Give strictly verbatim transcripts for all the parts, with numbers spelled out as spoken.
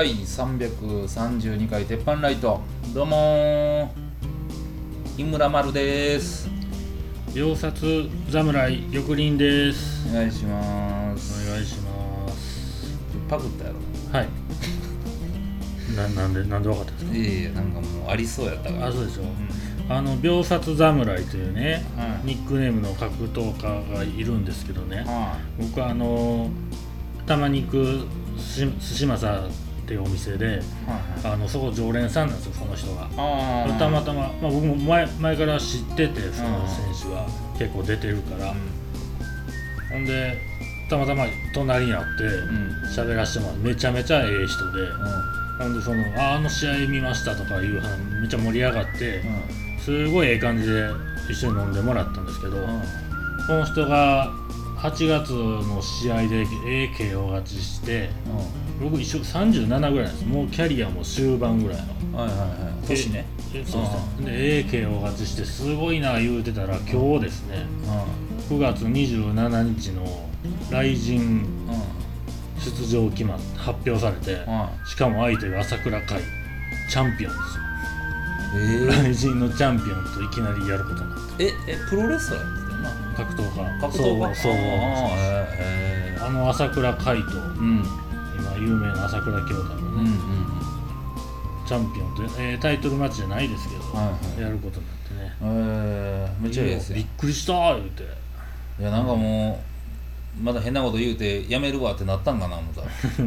だいさんびゃくさんじゅうにかい鉄板ライト、どうも井村丸です。 秒殺侍玉林です。 お願いします。 お願いします。 パクったやろ。 はいな, なんでなんで分かったんですか。 いやいや、なんかもうありそうやったから。 あ、そうでしょ、 うん、 あの秒殺侍というね、 うん、 ニックネームの格闘家がいるんですけどね、 うん、 僕はあのたまに行く寿司正っていうお店で、 うん、 あのそこ常連さんなんですよ、その人が。 あたまたま、まあ、僕も 前, 前から知ってて、その選手は結構出てるから、うん、ほんでたまたま隣にあって喋、うん、らせてもらって、めちゃめちゃええ人で、うん、ほんでその あ, あの試合見ましたとかいう話めっちゃ盛り上がって、うん、すごいええ感じで一緒に飲んでもらったんですけど、うん、この人がはちがつの試合で エーケーオー 勝ちして、うん、僕一緒さんじゅうななぐらいなんです。もうキャリアも終盤ぐらいの、はいはいはい、年ね。えそうですね。で エーケーオー 勝ちしてすごいな言うてたら、今日ですね、うん、くがつにじゅうしちにちのライジン出場決まって発表されて、うん、しかも相手が朝倉海チャンピオンですよ、えー、ライジンのチャンピオンといきなりやることになって。 ええプロレスラーですよな。 格闘家格闘家そう、あの朝倉海と、うん、今有名な朝倉兄弟のね、うんうん、チャンピオンと、えー、タイトルマッチじゃないですけど、はいはい、やることになってね、 えー、めっちゃいいですよ。 びっくりしたー言うて、 いやなんかもうまだ変なこと言うてやめるわってなったんかな思った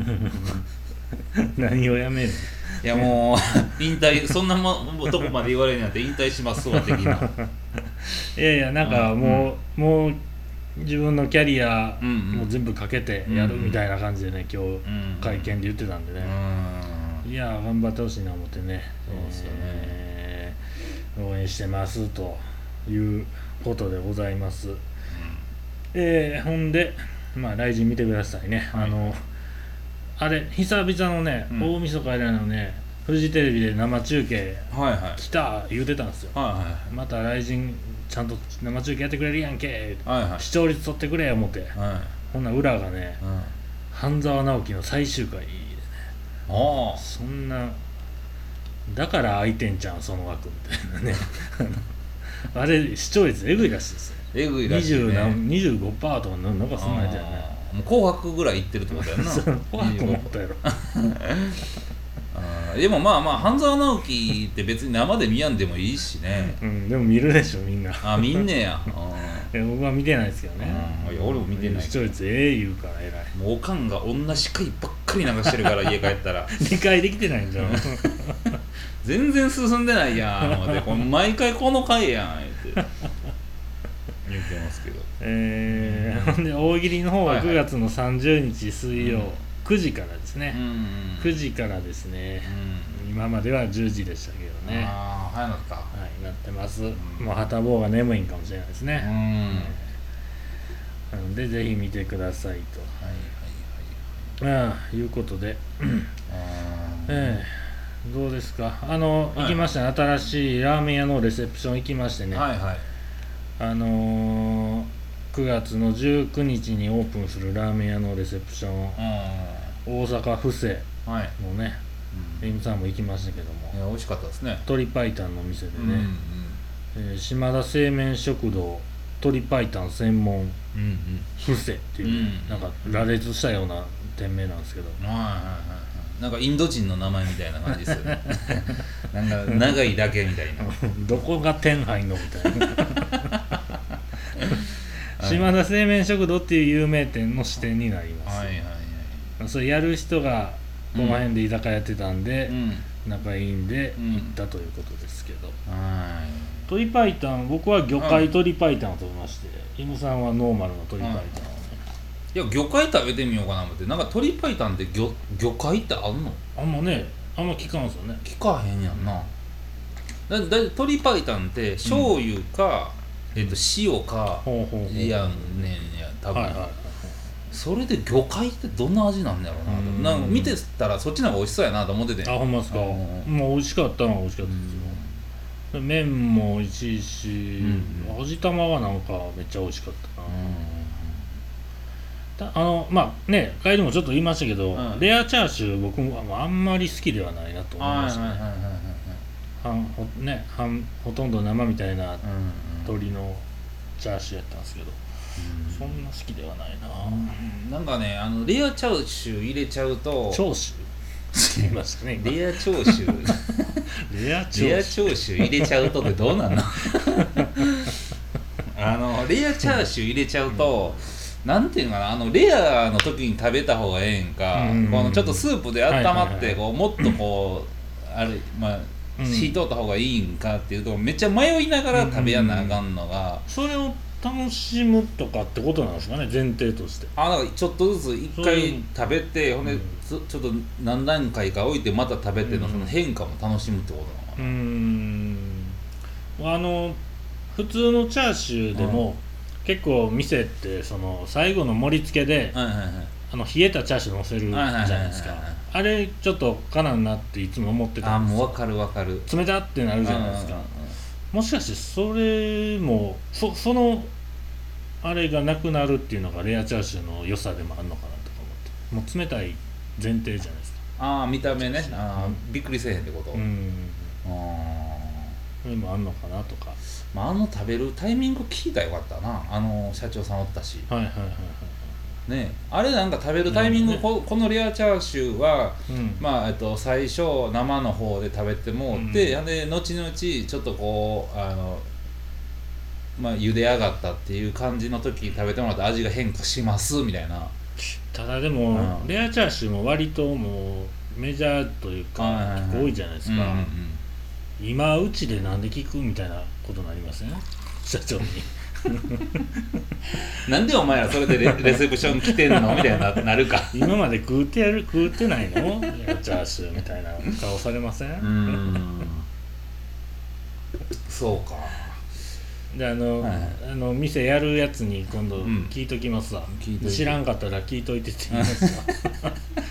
何をやめる。 いやもう引退、そんなもとこまで言われるんやって引退しますわ的な。 いやいや、なんかもう、うん、もう自分のキャリアも全部かけてやるみたいな感じでね、今日会見で言ってたんでね、うん、いや頑張ってほしいな思ってね、そうですよね、えー、応援してますということでございます、うん、えー、ほんでまあ来陣見てくださいね、はい、あのあれ久々のね、うん、大晦日以来のねフジテレビで生中継来た言うてたんですよ、はいはい、また来陣ちゃんと生中継やってくれるやんけ、はいはい、視聴率取ってくれ思って、はい、ほんな裏がね、うん、半沢直樹の最終回でね、あそんなだから空いてんちゃんその枠みたいなねあれ視聴率えぐいらしいですよ。 えぐいらしいね。 にじゅうごパーセント とかなんかそんなんやったよね。 もう紅白ぐらいいってるってことやな。 紅白もったやろあでもまあまあ半沢直樹って別に生で見やんでもいいしね、 うん、でも見るでしょみんな。 あ見んねやいや僕は見てないですけどね。 いや俺も見てない。 視聴率ええ言うから偉い。 もうおかんが同じ回ばっかり流してるから家帰ったら理解できてないんじゃん全然進んでないやんでこの毎回この回やんって言ってますけど、 えー、ほんで大喜利の方はくがつのさんじゅうにち水曜、はいはい、くじからですね、うんうん、くじからですね、うん、今まではじゅうじでしたけどね。 ああ早なった、はい、なってます、うん、もうはたぼうが眠いんかもしれないですね、うん、なのでぜひ見てくださいと、はいはいはい、ああいうことでえー、どうですか。あの、はい、行きましたね、新しいラーメン屋のレセプション行きましてね、はいはい、あのー、くがつのじゅうくにちにオープンするラーメン屋のレセプション、大阪府政のね、エムさんも行きましたけども、 いや美味しかったですね。 鶏白湯の店でね、うんうんえー、島田製麺食堂鶏白湯専門府政っていう、うんうん、なんか羅列したような店名なんですけど、はいはいはいなんかインド人の名前みたいな感じですよねなんか長いだけみたいなどこが天入んのみたいな島田製麺食堂っていう有名店の支店になります、はいはいはい、それやる人がこの辺で居酒屋やってたんで、うん、仲いいんで行ったということですけど、うん、はい鶏白湯僕は魚介鶏白湯を食べまして、イムさんはノーマルの鶏白湯をね、 いや魚介食べてみようかな思って。なんか鶏白湯って 魚, 魚介ってあんの？ あんまねあんま聞かんすよね。 聞かへんやんな。だだ鶏白湯って醤油か、うん、えっと塩かやんねんや多分、はいはいはい、それで魚介ってどんな味なんだろうな。うんなんか見てたらそっちの方が美味しそうやなと思ってて。 あほんまですか。もう美味しかったのは美味しかったですよ、うん、麺も美味しいし、うん、味玉がなんかめっちゃ美味しかったな、うんあのまあね帰りもちょっと言いましたけど、うん、レアチャーシュー僕もあんまり好きではないなと思いましたね。ねほとんど生みたいな鶏のチャーシューやったんですけど、うん、そんな好きではないな、 うん、なんかねあのレアチャーシュー入れちゃうとチャーシュー言いましたねレアチャーシューレアチャーシュー入れちゃうとってどうなんのあのレアチャーシュー入れちゃうと、うん、なんていうのかなあのレアの時に食べた方がええんか、うん、このちょっとスープで温まってこうもっとこうあれまあ火通った方がいいんかっていうとめっちゃ迷いながら食べやなあかんのが、 うん、それを楽しむとかってことなんですかね前提として。 あだからちょっとずつ一回食べてほんで、うん、ちょっと何段階か置いてまた食べてのその変化も楽しむってことなのかな。うーんあの普通のチャーシューでも、うん、結構店ってその最後の盛り付けで、はいはいはい、あの冷えたチャーシュー乗せるじゃないですか。あれちょっとかなんなっていつも思ってたんですよ。 あもう分かる分かる冷たってなるじゃないですか。もしかしてそれも そ, そのあれがなくなるっていうのがレアチャーシューの良さでもあるのかなとか思ってもう冷たい前提じゃないですか。 ああ見た目ねあ、うん、びっくりせえへんってこと。うんあそれもあんのかなとか、 まあ、あの食べるタイミング聞いたらよかったなあの社長さんおったしはいはいはいはいね、あれなんか食べるタイミング、ね、こ, このレアチャーシューは、うんまあえっと、最初生の方で食べてもって、うん、で後々ちょっとこうあの、まあ、茹で上がったっていう感じの時食べてもらったら味が変化しますみたいな。 ただでも、うん、レアチャーシューも割ともうメジャーというか、はいはいはい、結構多いじゃないですか、うんうんうん、今うちでなんで聞くみたいなことになりません、ね、社長になんでお前らそれで レ, レセプション来てんのみたいに な, なるか今まで食うてやる食うてないのチャーシューみたいな顔されません？うーんそうかであの、はい、あの店やるやつに今度聞いときますわ、うん、知らんかったら聞いといてって言いますわ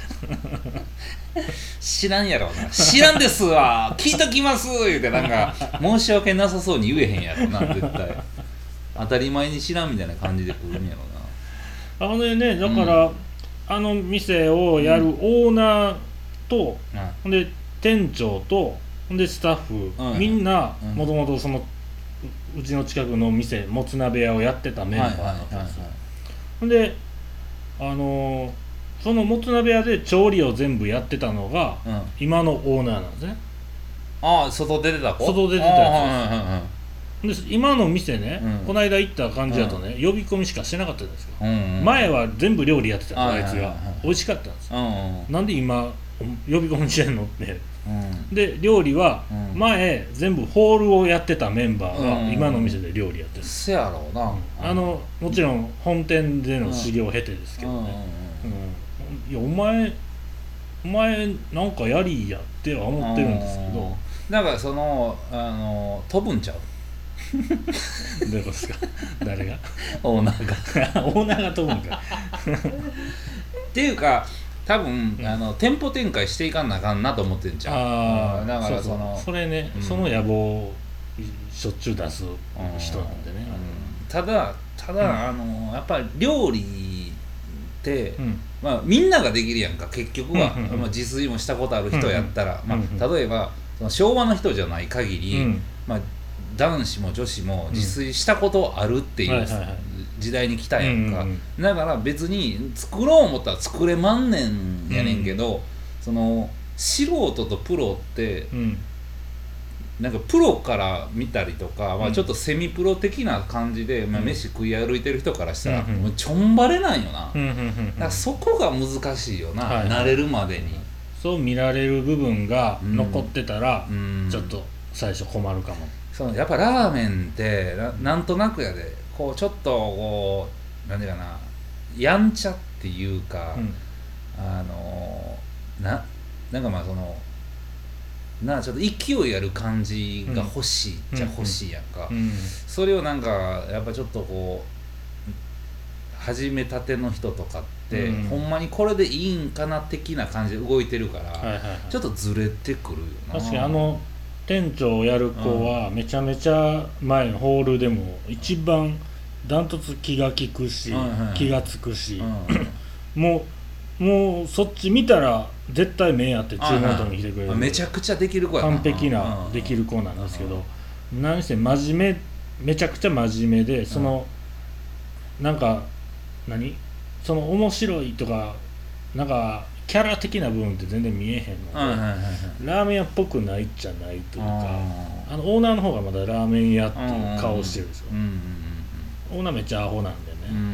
知らんやろな知らんですわ聞いときます言うてなんか申し訳なさそうに言えへんやろな絶対当たり前に知らんみたいな感じで来るんやろな。あのねだから、うん、あの店をやるオーナーと、うん、で店長とでスタッフ、うん、みんなもともとそのうちの近くの店もつ鍋屋をやってたメンバーなんですよ。であのー、そのもつ鍋屋で調理を全部やってたのが、うん、今のオーナーなんですね。 ああ外出てた子外出てたやつで今の店ね、うん、この間行った感じだとね、うん、呼び込みしかしてなかったんですよ、うんうん、前は全部料理やってたの、あいつが美味しかったんですよ、うんうん、なんで今呼び込みしてんのって、うん、で料理は前全部ホールをやってたメンバーが今の店で料理やってる、うん、 せやろうな、うん、 あのもちろん本店での修行を経てですけどね、うんうんうん、いやお前お前なんかやりやっては思ってるんですけど、 だからそのあの飛ぶんちゃうどういうことですか誰がオーナーがオーナーが飛ぶんかっていうか多分、うん、あの店舗展開していかんなあかんなと思ってんじゃん。ああだからそのそ, そ, それね、うん、その野望をしょっちゅう出す人なんでね、 うん、ただただ、うん、あのやっぱり料理って、うんまあ、みんなができるやんか結局は、うんうんうんまあ、自炊もしたことある人やったら、うんうんまあ、例えばその昭和の人じゃない限り、うんまあ男子も女子も自炊したことあるっていう時代に来たやんか、だから別に作ろう思ったら作れまんねんやねんけど、うん、その素人とプロって、うん、なんかプロから見たりとか、うんまあ、ちょっとセミプロ的な感じで、まあ、飯食い歩いてる人からしたら、うん、もうちょんばれなんよな、うん、だからそこが難しいよな、はい、慣れるまでにそう見られる部分が残ってたら、うん、ちょっと最初困るかも。 そのやっぱラーメンってな, なんとなくやでこうちょっとこう何ていうかなやんちゃっていうか、うん、あのななんかまあそのなちょっと勢いある感じが欲しい、うん、じゃ欲しいやんか、うんうん、それをなんかやっぱちょっとこう始めたての人とかって、うん、ほんまにこれでいいんかな的な感じで動いてるから、はいはいはい、ちょっとずれてくるよな。 確かにあの店長をやる子はめちゃめちゃ前のホールでも一番ダントツ気が利くし、 はいはいはい、 気がつくし、 うん、 もうもうそっち見たら絶対目やって注文取りに来てくれる、 はいはい、めちゃくちゃできる子やな、 完璧なできる子なんですけど、何せ真面目、めちゃくちゃ真面目で、その、うん、なんか何その面白いとかなんかキャラ的な部分って全然見えへんので、はいはいはいはい、ラーメン屋っぽくないっちゃないというか、あのオーナーの方がまだラーメン屋っていう顔してるんですよ、うんうんうん、オーナーめっちゃアホなんでね、うん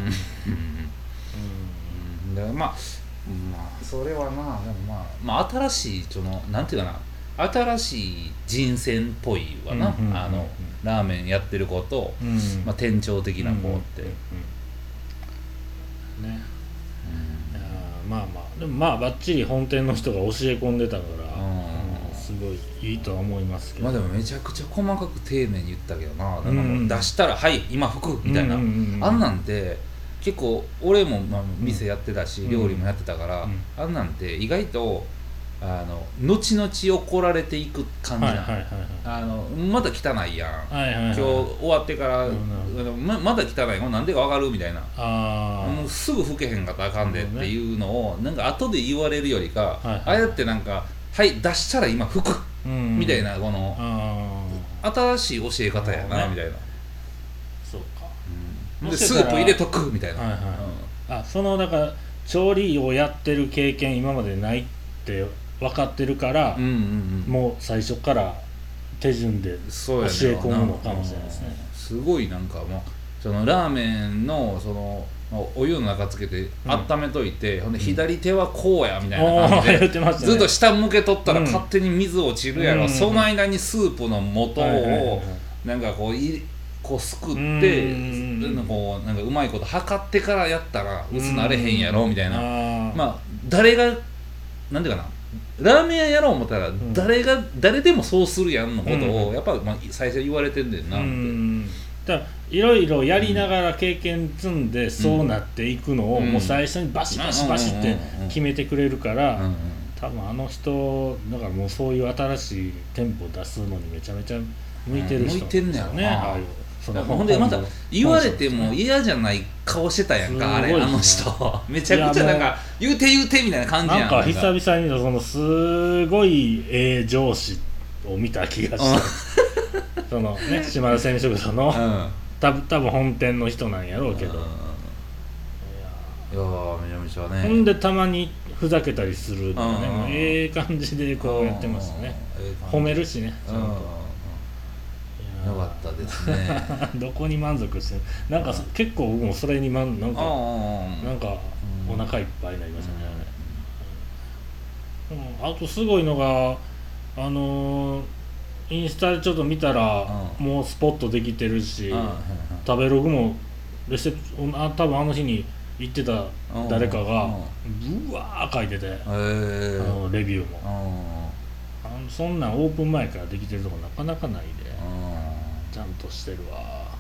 うん、だからまあまあそれはな、でもまあ、まあ、新しいそのなんていうかな、新しい人選っぽいわな、うんうんうんうん、あのラーメンやってる子と、うんまあ、店長的な子って、うんうんうんうん、ね、うん、まあまあでもまあばっちり本店の人が教え込んでたから、うんうん、すごいいいとは思いますけど、 まあでもめちゃくちゃ細かく丁寧に言ったけどな、なんかもう出したら、うん、はい今服みたいな、うんうんうん、あんなんて結構俺もまあ店やってたし、うん、料理もやってたから、うん、あんなんて意外とあの後々怒られていく感じなの、はいはいはいはい、あのまだ汚いやん、はいはいはい、今日終わってから、うん、ま, まだ汚いのなんでか分かるみたいな、あもうすぐ拭けへんかったらあかんでっていうのをなんか後で言われるよりか、はいはい、ああやってなんかはい出したら今拭く、うん、みたいなこの新しい教え方やなみたいな、 そうか、 うん、でスープ入れとくみたいな、はいはいうん、あそのだから調理をやってる経験今までないって分かってるから、うんうんうん、もう最初から手順で教え込むのかもしれないですね。 すごいなんかもうそのラーメンのそのお湯の中つけて温めといて、うん、ほんで左手はこうやみたいな感じで、うんね、ずっと下向けとったら勝手に水落ちるやろ、うん、その間にスープの素をなんかこういこうすくって、うん、こうなんかうまいこと測ってからやったら薄なれへんやろみたいな、まあ誰がなんていうかな、ラーメン屋やろう思ったら誰が、うん、誰でもそうするやんのことを、うん、やっぱ、まあ、最初言われてんねんなって、うん、 だからいろいろやりながら経験積んでそうなっていくのを、うん、もう最初にバシバシバシって決めてくれるから、うんうん、多分あの人だからもうそういう新しい店舗出すのにめちゃめちゃ向いてる人なんですよね、うん、向いてんねやろな、ああいうそのほんでまた言われても嫌じゃない顔してたやんか、あれあの人めちゃくちゃなんか言うて言うてみたいな感じやん。 なんか久々にそのすごいええ上司を見た気がしたそのね島田製麺食堂の、うん、多分多分本店の人なんやろうけど、うん、いやめちゃめちゃね、 ほんでたまにふざけたりするのがね、うん、ええ感じでこうやってましたね、うん、褒めるしねちゃんと。 よかったですねどこに満足してなんか、うん、結構僕もそれになんかなんかお腹いっぱいになりましたね、うんうん、あとすごいのがあのー、インスタでちょっと見たら、うん、もうスポットできてるし、うん、食べログもレセプあ多分あの日に行ってた誰かがブワー書いてて、うん、あのレビューも、うん、あのそんなんオープン前からできてるとこなかなかないで、ちゃんとしてるわ、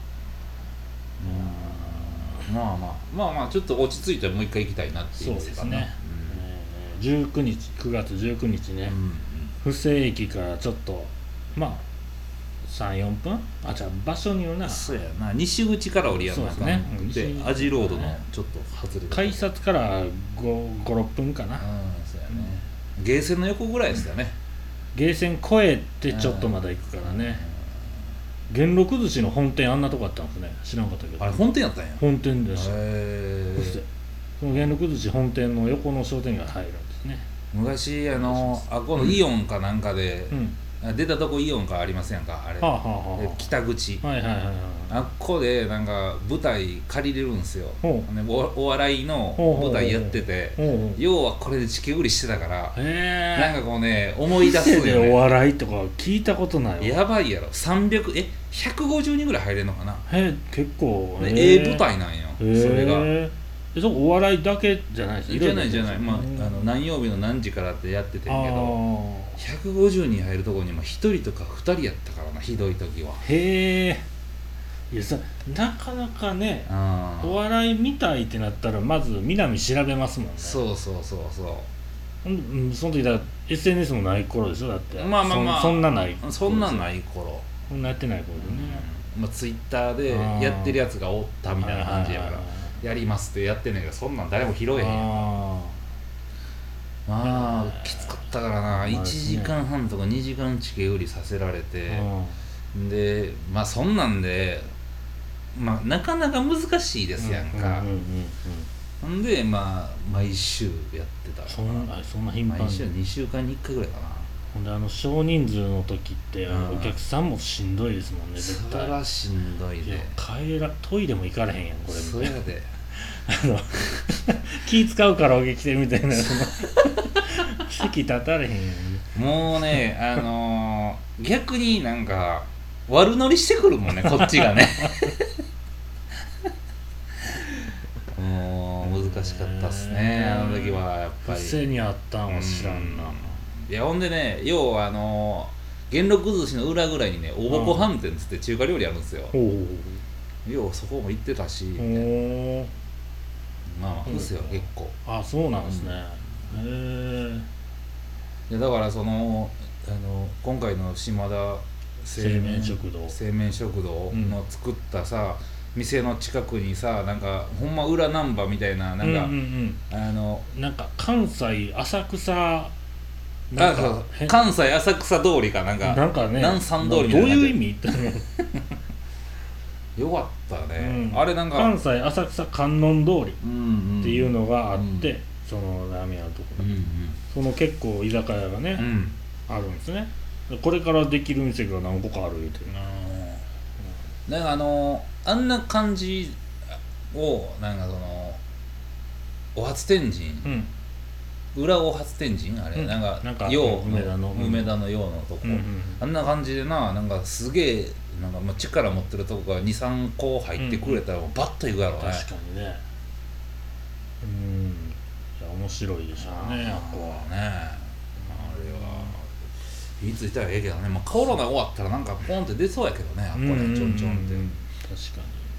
うん、まあまあまあまあちょっと落ち着いたらもう一回行きたいなっていうそうですね、うんえー、じゅうくにちくがつじゅうくにちね、うん、布施駅からちょっとまあ さん,よん 分あじゃあ場所によるなそうやな西口から降りやんなかんねでアジロードのちょっと外れた改札からご、ろっぷんかな、うんそうやね、うん、ゲーセンの横ぐらいですよね、 ゲーセン越えてちょっとまだ行くからね、元禄寿司の本店あんなとこあったんですね、知らんかったけど。 あれ本店やったんや。 本店でした。へそしてその元禄寿司本店の横の商店街入るんですね。 昔あのあこのイオンかなんかで、うん、出たとこイオンかありませんかあれ、はあはあはあ、北口、はいはいはいはい、あっこでなんか舞台借りれるんですよ、ね、お, お笑いの舞台やってて、ほうほうほう要はこれでチケ売りしてたから、へなんかこうね思い出すよね。 でお笑いとか聞いたことないわ。 やばいやろさんびゃくえひゃくごじゅうにんぐらい入れるのかな。 へ結構ええ舞台なんよそれが。 えそこお笑いだけじゃないですか。じゃないじゃない、まあ、あの何曜日の何時からってやっててんけどひゃくごじゅうにん入るとこにひとりとかふたりやったからな、ひどい時は。 へえ。いやさなかなかねお笑い見たいってなったらまず南調べますもんね。 そうそうそうそう、 うん、その時だ エスエヌエス もない頃でしょだって。 まあまあまあそ, そんなないそんなない頃そんなやってない頃でね、 まあ、ツイッターでやってるやつがおったみたいな感じやからやりますってやってんねんけど、そんなん誰も拾えへんやん。まあきつかったからな、いちじかんはんとかにじかんチケ売りさせられて、でまあそんなんでまあなかなか難しいですやんか。ほんでまあ毎週やってた。 そんなそんな頻繁に毎週にしゅうかんにいっかいぐらいかな。 ほんであの少人数の時って、うん、お客さんもしんどいですもんね絶対。 それはしんどいで。 帰らトイレも行かれへんやんこれみたいな。 そやであの気使うカラオケ来てるみたいなその席立たれへんやん。 もうねあのー、逆になんか悪乗りしてくるもんねこっちがねもう難しかったっすねあの時はやっぱり。 癖にあったんは知らんな。 いやほんでね要はあのー、元六寿司の裏ぐらいにねおぼこ飯店っつって中華料理あるんですよ。ようそこも行ってたしまあまあですよ結構。 あそうなんですね、うん、へえだからそのあの今回の島田製麺食堂製麺食堂の作ったさ、うん、店の近くにさなんかほんま裏難波みたいななんか、うんうんうん、あのなんか関西浅草なんか関西浅草通りかなんかなんかね南山通りみたいな。どういう意味よかったね、うん、あれなんか関西浅草観音通りっていうのがあって、うん、そのラーメン屋のところに、うんうん、その結構居酒屋がね、うん、あるんですね。これからできる店が何個かあるっていうな、 うん、なんかあのあんな感じをなんかそのお初天神、うん裏大初天神あれ、うん、なんかなんか陽の梅田の梅田の陽のとこ、うんうんうん、あんな感じでななんかすげえなんかまあ力持ってるとこが にさんこ入ってくれたらバッといくやろうね、うん、 確かにね。うんじゃあ面白いでしょうねあっこはね。あれはいついたらええけどね、まあ、コロナ終わったらなんかポンって出そうやけどねあっこね、うんうん、ちょんちょんって、うん、 確かに。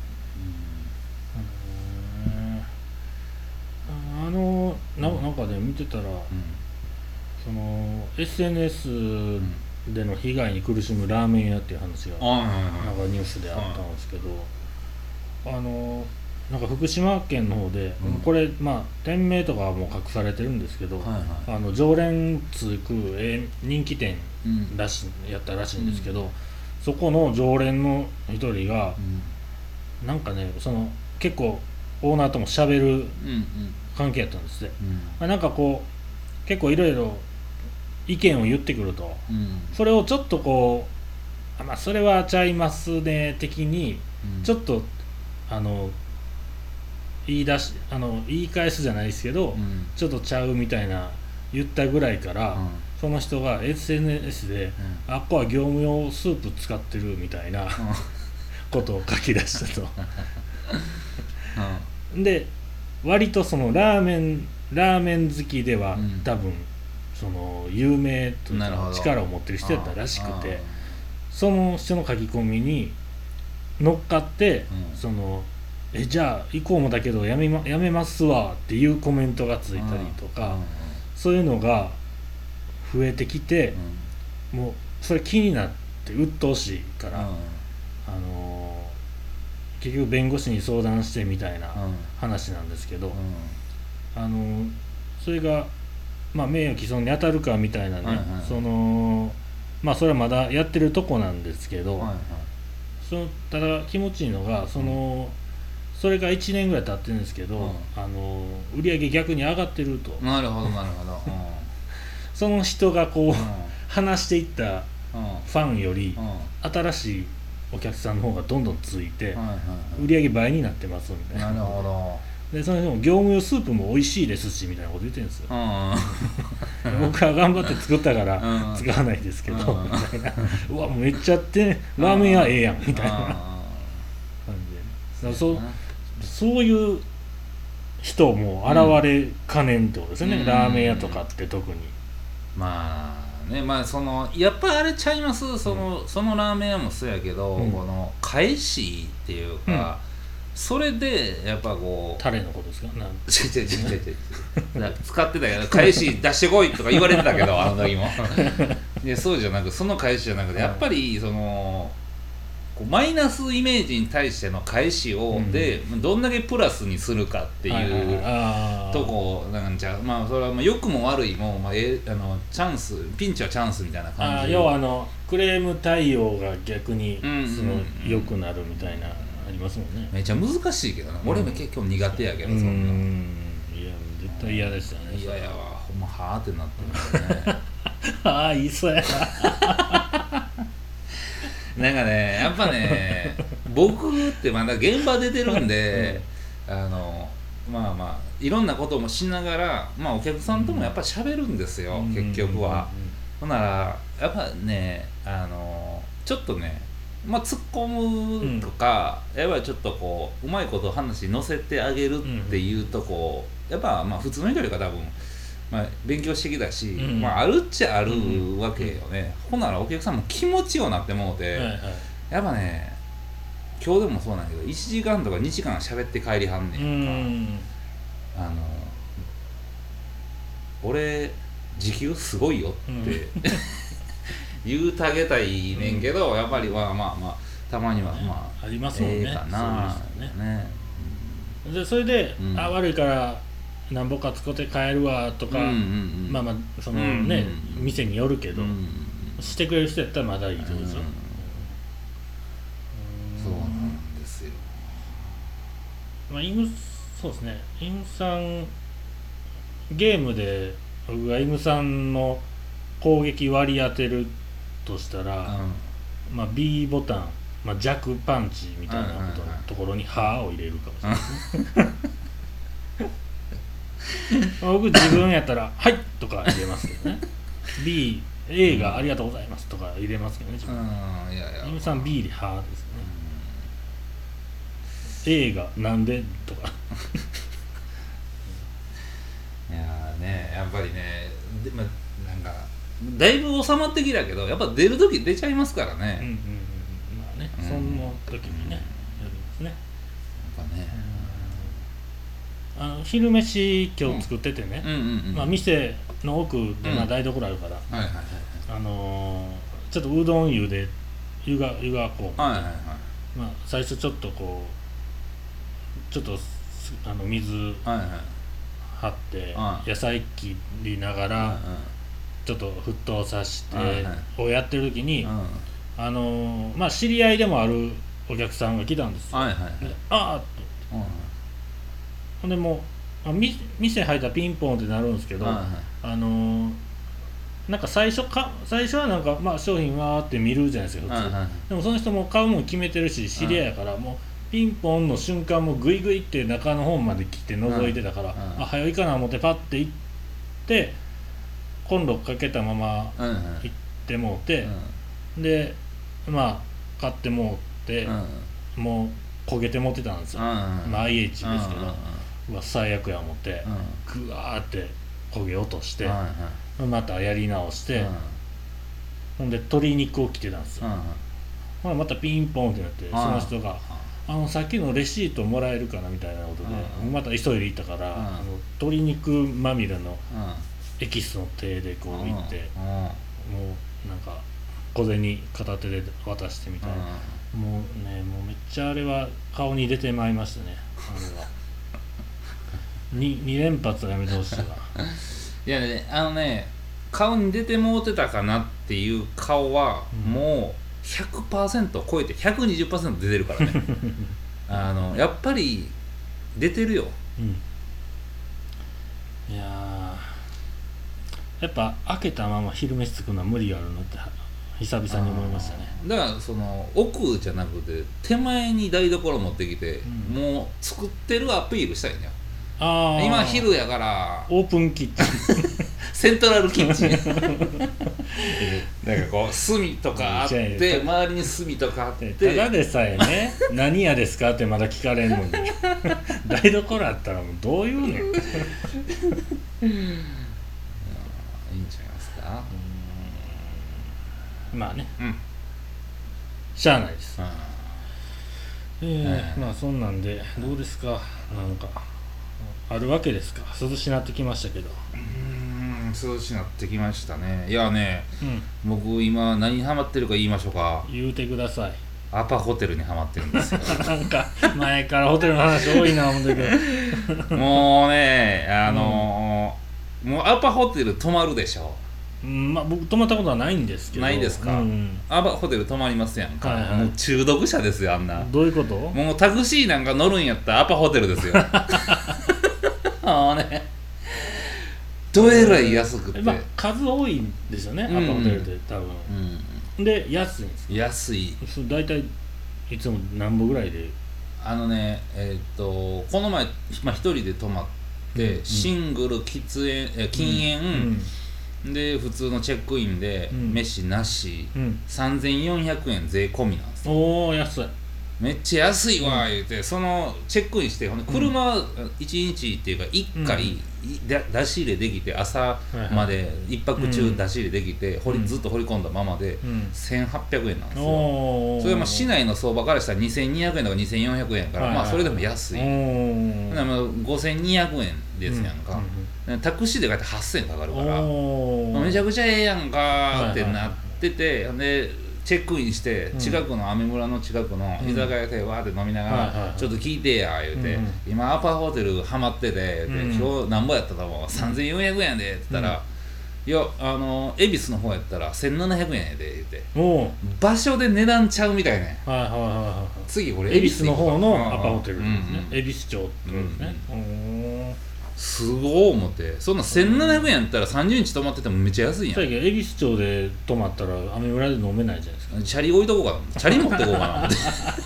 あの な, なんかね見てたら、うん、その エスエヌエス での被害に苦しむラーメン屋っていう話が、うん、なんかニュースであったんですけど、うん、あのなんか福島県の方で、うん、これまあ店名とかはもう隠されてるんですけど、はいはい、あの常連つく、えー、人気店らし、うん、やったらしいんですけど、うん、そこの常連の一人が、うん、なんかねその結構オーナーとも喋る、うんうん関係やったんですって、うん、なんかこう結構いろいろ意見を言ってくると、うん、それをちょっとこうあ、まあ、それはちゃいますね的に、うん、ちょっとあの言い出しあの言い返すじゃないですけど、うん、ちょっとちゃうみたいな言ったぐらいから、うん、その人が エスエヌエス で、うん、あっこは業務用スープ使ってるみたいな、うん、ことを書き出したと、うん、で割とそのラーメンラーメン好きでは、うん、多分その有名というか力を持ってる人やったらしくてその人の書き込みに乗っかって、うん、そのえじゃあ行こうもだけどやめま、やめますわっていうコメントがついたりとか、うん、そういうのが増えてきて、うん、もうそれ気になって鬱陶しいから、うん、あのー結局弁護士に相談してみたいな話なんですけど、うん、あのそれが、まあ、名誉毀損に当たるかみたいなね、はいはい、そのまあそれはまだやってるとこなんですけど、はいはい、そのただ気持ちいいのがその、うん、それがいちねんぐらい経ってるんですけど、うん、あの売り上げ逆に上がってると。 なるほどなるほど、うん、 その人がこう、うん、話していったファンより、うん、新しいお客さんの方がどんどんついて、はいはいはい、売り上げ倍になってますみたいな。 なるほど。 でその人も業務用スープも美味しいですしみたいなこと言ってるんですよ、うん、僕は頑張って作ったから使わないですけど、うん、みたいなうわめっちゃってラーメン屋ええやんみたいな感じで、そうそういう人も現れかねんってことですよね、うん、ラーメン屋とかって特に。 まあね、まあそのやっぱあれちゃいますその、うん、そのラーメン屋もそうやけど、うん、この返しっていうか、うん、それでやっぱこうタレのことですか。なん違う違う違う違う使ってたけど返し出してこいとか言われてたけどあの時もいやそうじゃなくその返しじゃなくてやっぱりそのこうマイナスイメージに対しての返しを、うん、でどんだけプラスにするかっていうとこなんちゃう。まあそれはまあ良くも悪いも、まあ、えあのチャンスピンチはチャンスみたいな感じ。 あ要はあのクレーム対応が逆にその良くなるみたいなありますもんね。 めっちゃ難しいけどな、うん、俺も結構苦手やけど、うん、そんな。 いや絶対嫌ですよね。 嫌やわほんまはーってなってるんだよね。 ああ言いそうやな。なんかねやっぱね僕ってまだ現場出てるんで、うん、あのまあまあいろんなこともしながら、まあ、お客さんともやっぱ喋るんですよ、うん、結局は。ほんならやっぱねあのちょっとねまあ突っ込むとか、うん、やっぱりちょっとこううまいこと話に乗せてあげるっていうとこやっぱまあ普通の人よりか多分まあ、勉強してきたし、うんまあ、あるっちゃあるわけよね、うん、ほんならお客さんも気持ちようなって思うて、はいはい、やっぱね今日でもそうなんやけどいちじかんとかにじかん喋って帰りはんねんか、うん、あの俺時給すごいよって、うん、言うてあげたいねんけど、うん、やっぱりまあまあまあたまにはまあ、 ありますもんね、 ええかなそうですよね、うん、でそれで、うん、あ悪いからなんぼか使って帰るわとか、うんうんうん、まあまあそのね、うんうんうん、店によるけど、うんうんうん、してくれる人やったらまだいいってことですよ、うんうん、 そうなんですよ。 まあイムそうですねイムさんゲームで僕がイムさんの攻撃割り当てるとしたら、うんまあ、B ボタン、まあ、弱パンチみたいなことのところに「は」を入れるかもしれないですね僕自分やったら「はい」とか入れますけどねB、A がありがとうございますとか入れますけどね自分。 いやいや。 イムさん B で「は」ですね。A がなんでとかいやねやっぱりねで、ま、なんかだいぶ収まってきたけどやっぱ出る時出ちゃいますからね。 うんうんうんまあね、うん、その時にねやりますね。 やっぱね。 あの昼飯今日作っててね、うんうんうんうんまあ、店の奥で、まあ、台所あるから、うんはいはいはい、あのー、ちょっとうどん湯で湯が湯がこう、はいはいはいまあ、最初ちょっとこうちょっとあの水張って、はい、野菜切りながら、はいはい、ちょっと沸騰させて、はいはい、をやってる時に、うん、あのー、まあ知り合いでもあるお客さんが来たんですよ、はいはいはい、あーっと、うんほんでもうあみ店入ったらピンポンってなるんですけど、はいはい、あのー、なんか最初か最初はなんかまあ商品わーって見るじゃないですか普通、はいはい、でもその人も買うもん決めてるし知り合いやから、はい、もうピンポンの瞬間もグイグイって中の方まで来て覗いてたから、はいはい、あ早いかな思ってパッて行ってコンロかけたまま行ってもうて、はいはい、でまあ買ってもうて、はい、もう焦げて持ってたんですよ、はいはい、まあ アイエイチ ですけど、はいうわ最悪や思って、うん、ぐわーって焦げ落として、はいはい、またやり直して、うん、ほんで鶏肉を切ってたんですよ、うん、またピンポンってなって、うん、その人が、うん、あのさっきのレシートもらえるかなみたいなことで、うん、また急いで行ったから、うん、あの鶏肉まみれのエキスの手でこういって、うんうん、もうなんか小銭片手で渡してみたいな、うん、もうねもうめっちゃあれは顔に出てまいりましたねあれはに, に連発はやめてほしいわいやねあのね顔に出てもうてたかなっていう顔はもう ひゃくパーセント 超えて ひゃくにじゅっパーセント 出てるからねあのやっぱり出てるよ、うん、 いややっぱ開けたまま昼飯作るのは無理があるなって久々に思いましたね。 だからその奥じゃなくて手前に台所持ってきて、うん、もう作ってるアピールしたいんだよ。あ今昼やからオープンキッチンセントラルキッチンなんかこう炭とかあって周りに炭とかあってただでさえね何屋ですかってまだ聞かれんのに台所あったらもうどういうのいいんちゃいますか。 まあね、うん、しゃあないです、えー、まあそんなんでどうですかなんかあるわけですか涼しなってきましたけどうーん涼しなってきましたねいやね、うん、僕今何にハマってるか言いましょうか言うてくださいアパホテルにハマってるんですよなんか前からホテルの話多いな思うんだけどもうねあのーうん、もうアパホテル泊まるでしょ。 うん、まあ僕泊まったことはないんですけど。 ないですか、うん、アパホテル泊まりますやんか、はいはい、もう中毒者ですよあんな。 どういうこと？ もうタクシーなんか乗るんやったらアパホテルですよああねどえらい安くて、 まあ、数多いんですよね、うん、アパホテルって多分、うん、で安いんですか？ 安い。 だいたいいつも何歩ぐらいで？ あのねえー、っとこの前、まあ、一人で泊まって、うん、シングル喫煙禁煙、うん、で普通のチェックインで、うん、飯なし、うん、さんぜんよんひゃくえん税込みなんですよ。 おお安い。 めっちゃ安いわ言うて、うん、そのチェックインしてほんで車いちにちっていうかいっかい、うん、出し入れできて朝までいっぱく中出し入れできて、うん、ずっと掘り込んだままでせんはっぴゃくえんなんですよ、うん、それはまあ市内の相場からしたらにせんにひゃくえんとかにせんよんひゃくえんから、はいはい、まあそれでも安い、ごせんにひゃくえんですやんか、うんうん、タクシーで帰ってはっせんえんかかるから、まあ、めちゃくちゃええやんかってなってて、はいはい、でチェックインして近くのアメ村の近くの居酒屋でわーって飲みながらちょっと聞いてや言うて、今アパホテルハマってて今日なんぼやったと思うさんぜんよんひゃくえんやでって言ったら、いやあの恵比寿の方やったらせんななひゃくえんやで言うて、場所で値段ちゃうみたいね。次これ恵比寿の方のアパホテルですね、恵比寿町ってことですね。 すごい思って、そんなせんななひゃくえんやったらさんじゅうにち泊まっててもめっちゃ安いやん。 最近恵比寿町で泊まったらアメ村で飲めないじゃないですか。 チャリ置いとこうかな、チャリ持ってこうかなって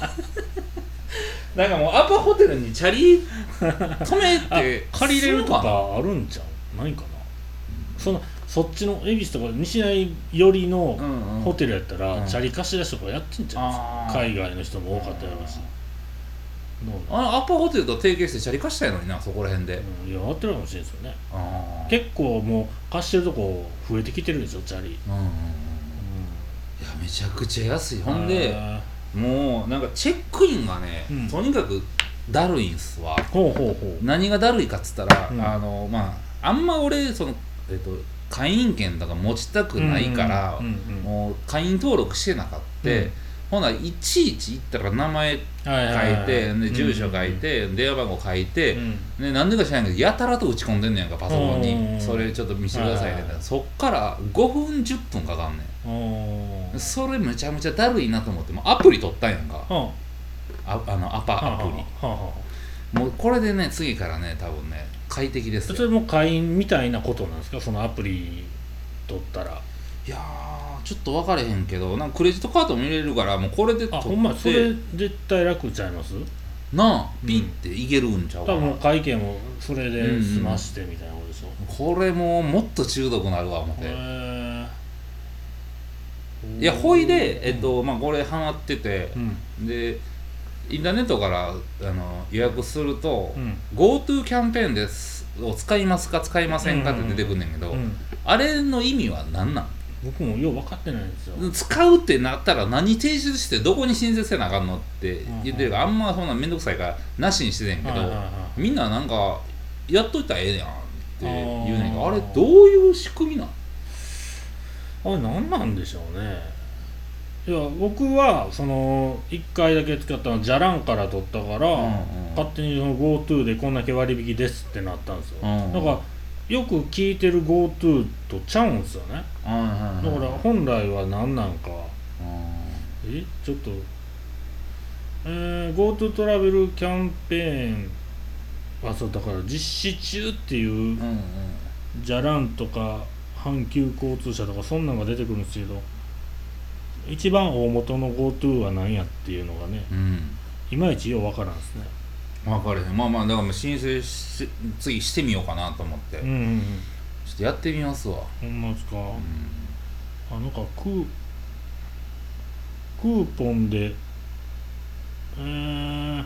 なんかもうアパホテルにチャリ止めて借りれるとかあるんちゃう？ないかな、うん、そのそっちの恵比寿とか西成寄りのホテルやったら、うんうん、チャリ貸し出しとかやってんじゃないですか、海外の人も多かったやろうし。 あのアパホテルと提携してチャリ貸したいのにな、そこら辺で、 うん、いややってるかもしれないですよね。あ結構もう貸してるとこ増えてきてるでしょチャリ、うんうんうん、いやめちゃくちゃ安い。ほんでもうなんかチェックインがね、うん、とにかくだるいんすわ。ほうほうほう。何がだるいかっつったら、うん、あのまああんま俺そのえっと会員権とか持ちたくないから、うんうんうんうん、もう会員登録してなかった、うんほないちいち行ったら名前書いて、で住所書いて、うん、電話番号書いて、うん、でなんでか知らないけどやたらと打ち込んでんねやんかパソコンに、それちょっと見せてくださいね、そっからごふんじゅっぷんかかんねん。それめちゃめちゃだるいなと思ってもアプリ取ったんやんか、ああのアパアプリもうこれでね次からね多分ね快適ですよ。 それも会員みたいなことなんですか、そのアプリ取ったら。 いやちょっと分かれへんけどなんかクレジットカードも入れるからもうこれで取って。あほんまそれ絶対楽ちゃいますなあ、ピッていけるんちゃうかな、 多分会計もそれで済ましてみたいなことでしょ、 うんうん、これももっと中毒なるわ思って。いやほいでえっと、うん、まあこれハマってて、うん、でインターネットからあの予約すると、うん、GoTo キャンペーンですを使いますか使いませんかって出てくんねんけど、うんうん、あれの意味は何なん？ 僕もよう分かってないんですよ。 使うってなったら何提出してどこに申請せなあかんのって言ってるから、あんまそんなめんどくさいからなしにしてんけど、みんななんかやっといたらええやんって言うねんけど、あれどういう仕組みなん？ あれ何なんでしょうね。いや僕はそのいっかいだけ使ったのはじゃらんから取ったから、うんうん、勝手にその GoTo でこんだけ割引ですってなったんですよ、うんうん、だからよく聞いてる GoTo とちゃうんですよね、うんうんうん、だから本来は何なんか、うん、えちょっと、えー、GoTo トラベルキャンペーンあそうだから実施中っていう、うんうん、じゃらんとか阪急交通車とかそんなんが出てくるんですけど、一番大元の GoTo は何やっていうのがね、うん、いまいちよう分からんですね。 分かれへん。まあまあだから申請し次してみようかなと思って、うんうんうん、ちょっとやってみますわ。 ほんまですか、うん、あなんかクークーポンでえー、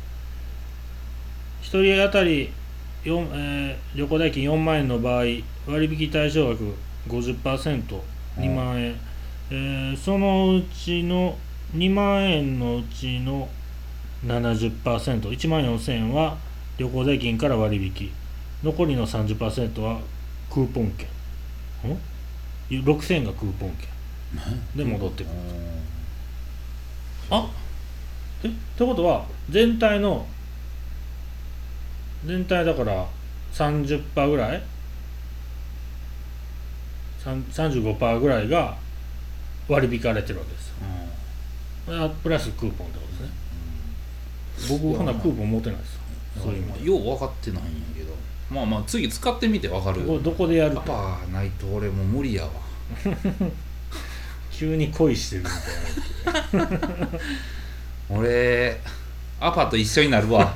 ひとり当たりよん、えー、旅行代金よんまんえんの場合割引対象額 ごじゅっパーセントにまんえん、えー、そのうちのにまんえんのうちの ななじゅっパーセントいちまんよんせんえんは旅行代金から割引、残りの さんじゅっパーセント はクーポン券、んろくせんえんがクーポン券で戻ってくる、 あえってことは全体の全体だから さんじゅっパーセント ぐらい さんじゅうごパーセント ぐらいが割り引かれてるわけですよ、うん、プラスクーポンってことですね、うん、僕ほなクーポン持ってないですよ、 そういう意味でよう分かってないんやけど、まあまあ次使ってみて分かる。 これどこでやるアパないと俺もう無理やわ急に恋してるみたいな俺アパと一緒になるわ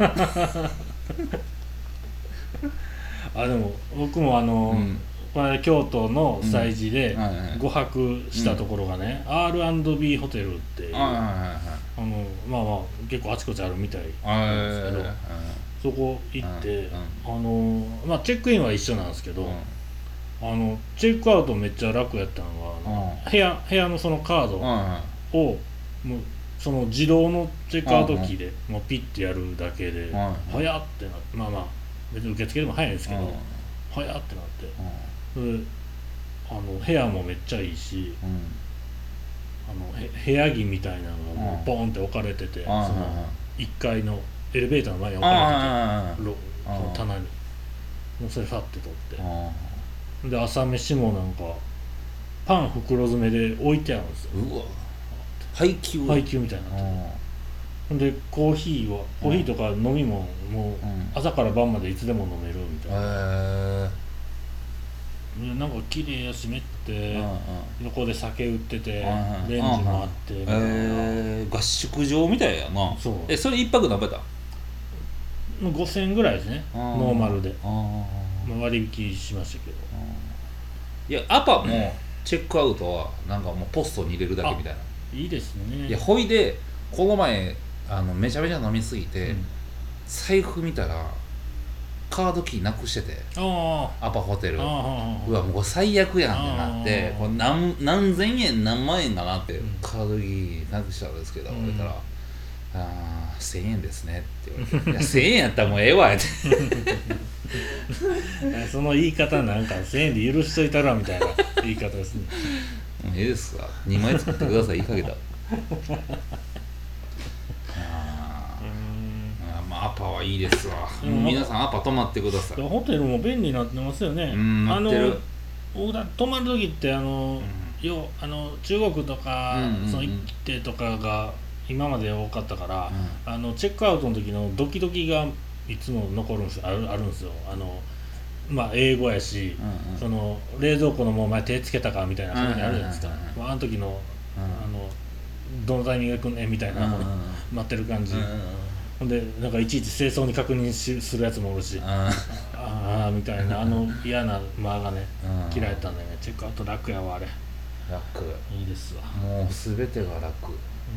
あでも僕もあの、うん、この間京都の催事でごはくしたところがね、うん、アールアンドビー ホテルっていう、はいはいはい、あのまあまあ結構あちこちあるみたいなんですけど、そこ行って、うん、あのまあチェックインは一緒なんですけど、うん、あのチェックアウトめっちゃ楽やったのが、あの、うん、部屋部屋のそのカードを、もうその自動のチェックアウト機でもうピッてやるだけで、早ってなって、まあまあ別に受付でも早いんですけど、早ってなって、であの部屋もめっちゃいいし、あの部屋着みたいなのがもうボーンって置かれてて、そのいっかいのエレベーターの前に置かれてて、その棚にもうそれファッて取って、で朝飯もなんかパン袋詰めで置いてあるんですよ。 うわ配給配給みたいになってて、でコーヒーはコーヒーとか飲み物もう朝から晩までいつでも飲めるみたいな、うん、なんか綺麗やしめって、横で酒売っててレンジもあって、 えー、合宿場みたいやな。そうえそれ一泊何べたごせんえんぐらいですね、ノーマルで。まあ、割引しましたけど、 いやアパもチェックアウトはなんかもうポストに入れるだけみたいな。 いいですね。 いやほいでこの前あのめちゃめちゃ飲みすぎて、うん、財布見たらカードキーなくしてて、アパホテル、うわもう最悪やんってなって、これ 何, 何千円何万円かなって、うん、カードキーなくしたんですけど、言、うん、ったらあせんえんですねって言われていやせんえんやったらもうええわってその言い方なんかせんえんで許しといたらみたいな言い方ですね。 ええですかにまい作ってください言いかけたああまあアパはいいですわ、うん、皆さんアパ泊まってください。 ホテルも便利になってますよね。 うんなってる。 僕だ泊まる時ってあの、うん、よあの中国とか、うんうんうん、その一定とかが今まで多かったから、うん、あのチェックアウトの時のドキドキがいつも残るんですよ。ある、あるんですよ。あのまあ英語やし、うんうん、その冷蔵庫のもう前手つけたかみたいな感じあるじゃないですか、うんうん、あの時の、うん、あのどのタイミングで来んねんみたいな、うんうん、待ってる感じ、うんうん、ほんでなんかいちいち清掃に確認しするやつもおるし、うん、ああみたいなあの嫌な間がね、うん、嫌いだったんでね。チェックアウト楽やわあれ。 楽いいですわ。 もう全てが楽、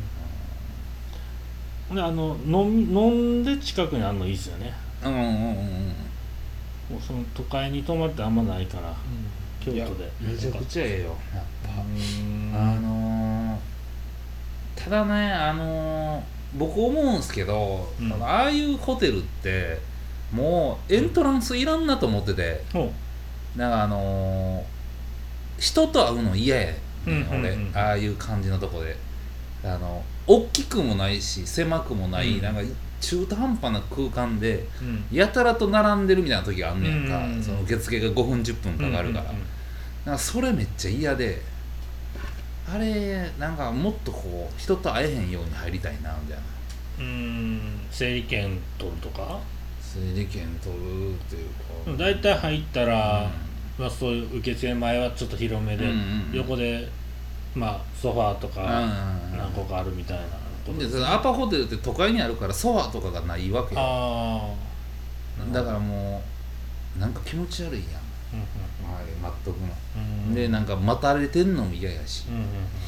うん、であの飲み飲んで近くにあるのいいですよね。 うんうんうんうん。 もうその都会に泊まってあんまないから、うん、京都でめちゃくちゃええよやっぱ。あのー、ただねあのー、僕思うんすけど、うん、ああいうホテルってもうエントランスいらんなと思ってて、うん、なんかあのー、人と会うの嫌やね、うんうんうん、俺ああいう感じのとこであの大きくもないし狭くもない、うん、なんか中途半端な空間で、うん、やたらと並んでるみたいな時があんねんか、うんうんうん、その受付がごふんじゅっぷんかかるから、うんうんうん、なんかそれめっちゃ嫌で、あれなんかもっとこう人と会えへんように入りたいなみたいな。 うーん整理券取るとか。 整理券取るっていうかだいたい入ったら、うんまあ、そういう受付前はちょっと広めで、うんうんうん、横で、まあ、ソファーとか何個かあるみたいな。 でそのアパホテルって都会にあるからソファーとかがないわけよ。 あだからもうなんか気持ち悪いやん、うんうんうん、はい待っとくの、うんうん、でなんか待たれてんのも嫌やし、うんうんうん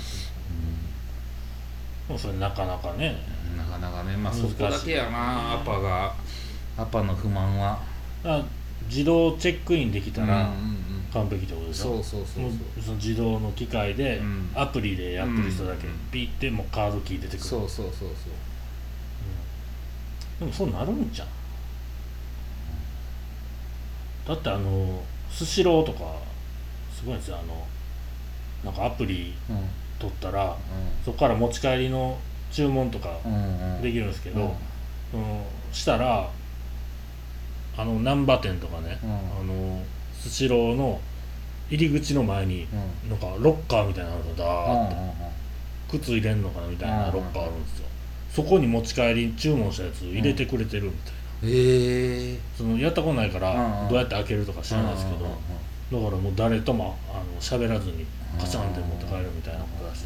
うん、それなかなかねなかなかねまあそこだけやな、アパがアパの不満は。 あ自動チェックインできたら完璧ってことでしょ。 そうそうそうそう。 その自動の機械で、うん、アプリでやってる人だけ、うん、ピッてもうカードキー出てくる。 そうそうそうそう、 うん、でもそうなるんじゃん。だってあのスシローとかすごいんですよ。あのなんかアプリ取ったら、うん、そこから持ち帰りの注文とかできるんですけど、うんうん、したらあの難波店とかね、うん、あのスシローの入り口の前に、うん、なんかロッカーみたいなのがダーッと、うんうんうん、靴入れんのかなみたいなロッカーあるんですよ、うんうん、そこに持ち帰り注文したやつ入れてくれてるみたいな、 うん、へえそのやったことないからどうやって開けるとか知らないですけど、うんうんうん、だからもう誰ともあの喋らずにカチャンって持って帰るみたいなことらしいです。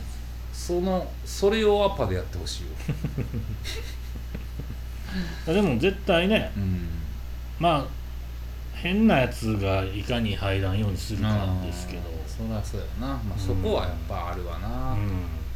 そのそれをアパでやってほしいよでも絶対ね、うん、まあ変なやつがいかに入らんようにするかですけど、 そりゃそうやな、まあ、そこはやっぱあるわな、うんうん、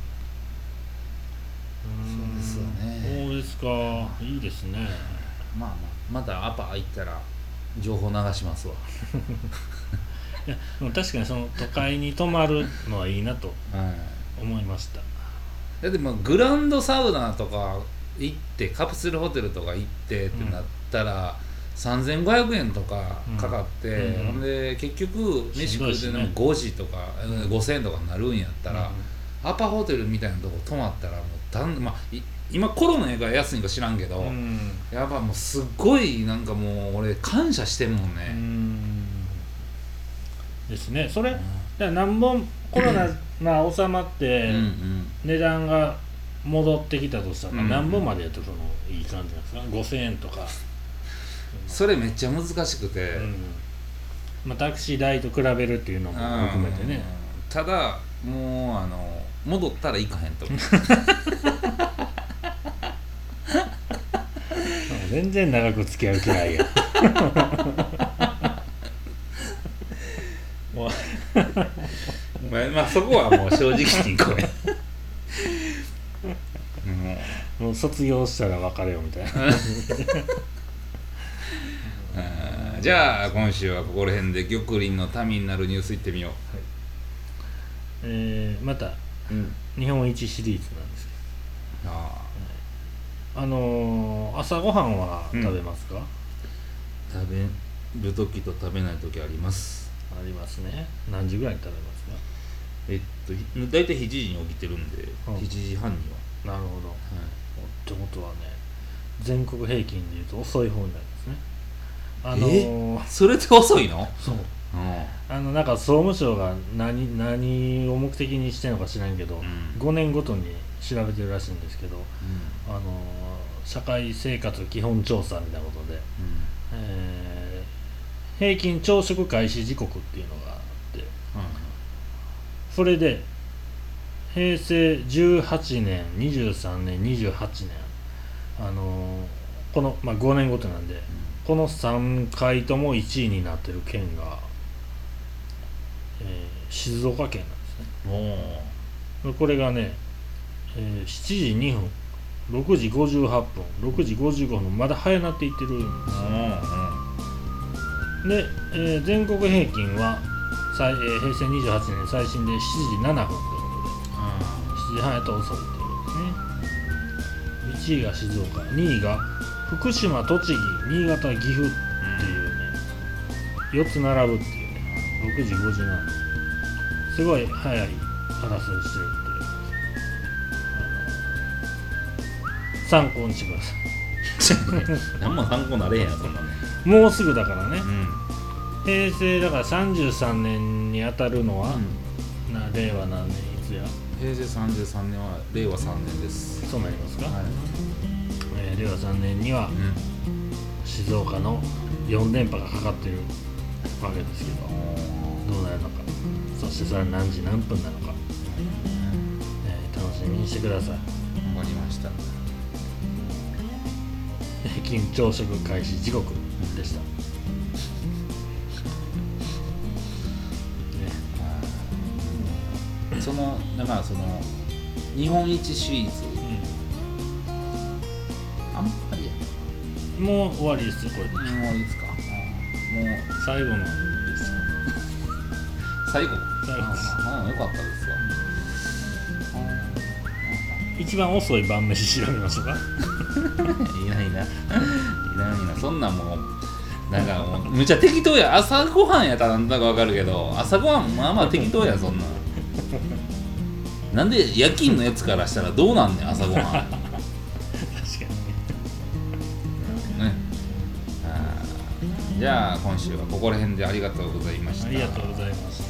そうですよね。 そうですか、いいですね。 まあまあまたアパ行ったら情報流しますわいやでも確かにその都会に泊まるのはいいなと思いました、 うん、でもグランドサウナとか行ってカプセルホテルとか行ってってなったら、うん、さんぜんごひゃくえんとかかかって、うんうん、で結局飯食うてのごじとか、ね、ごせんえんとかになるんやったら、うん、アパホテルみたいなとこ泊まったらもうだん、まあ、今コロナやから安いんか知らんけど、うん、やっぱもうすっごいなんかもう俺感謝してんもんね、うんですね。それ、うん、何本コロナまあ収まって値段が戻ってきたとしたら、うん、何本までやってそのいい感じなんですか？ごせんえんとか。 それめっちゃ難しくて、うん、 まあ、タクシー代と比べるっていうのも含めてね。 ただもうあの戻ったら行かへんと思う全然長く付き合う気ないやもうまあ、まあそこはもう正直にこれもう、もう卒業したら別れよみたいなあじゃあ今週はここら辺で玉林の民になるニュースいってみよう、はい、 えー、また、うん、日本一シリーズなんですけど、あ、はい、あのー、朝ごはんは食べますか？うん、 食べるときと食べないときあります。 ありますね。何時ぐらいに食べますか？ えっと大体しちじに起きてるんで、うん、しちじはんには。なるほど、はい、ってことはね全国平均でいうと遅い方になりますね。 あのー、えそれで遅いの？ そう、うん、あのなんか総務省が何、何を目的にしてるのか知らんけど、うん、ごねんごとに調べてるらしいんですけど、うん、あのー、社会生活基本調査みたいなことで、うん、えー平均朝食開始時刻っていうのがあって、うん、それでへいせいじゅうはちねん、にじゅうさんねん、にじゅうはちねん、あのー、この、まあ、ごねんごとなんで、うん、このさんかいともいちいになってる県が、えー、静岡県なんですね。おこれがね、えー、しちじにふん、ろくじごじゅうはっぷん、ろくじごじゅうごふんまだ早なっていってるんですよ、ね。で、えー、全国平均は、えー、へいせいにじゅうはちねん最新でしちじななふんということで、しちじはんやと遅いということですね。いちいが静岡、にいが福島、栃木、新潟、岐阜っていうね、よっつ並ぶっていうね、ろくじごじゅうななふん、すごい早い争いしてるっていう、参考にしてください何も参考になれへんやんそんなの。 もうすぐだからね、うん、平成だからさんじゅうさんねんに当たるのは、うん、な令和何年いつや？ 平成さんじゅうさんねんは令和さんねんです。 そうなりますか、はい、えー、令和さんねんには、うん、静岡のよんれんぱがかかってるわけですけど、どうなるのか、そしてそれは何時何分なのか、うん、えー、楽しみにしてください。 わかりました。 平均朝食開始時刻でした、ね、 そのだからその日本一シリーズ、うん、あんまりやもう終わりですよこれで。 もういいですか？もう最後のです最後最後です。 ああよかったですわ、 うん、一番遅い晩飯調べましょうかいないないないな、そんなんもうなんかもうむちゃ適当や。朝ごはんやったらなんだかわかるけど朝ごはんまあまあ適当やそんなんなんで夜勤のやつからしたらどうなんねん朝ごはん確かにね。 じゃあ今週はここら辺でありがとうございました。 ありがとうございます。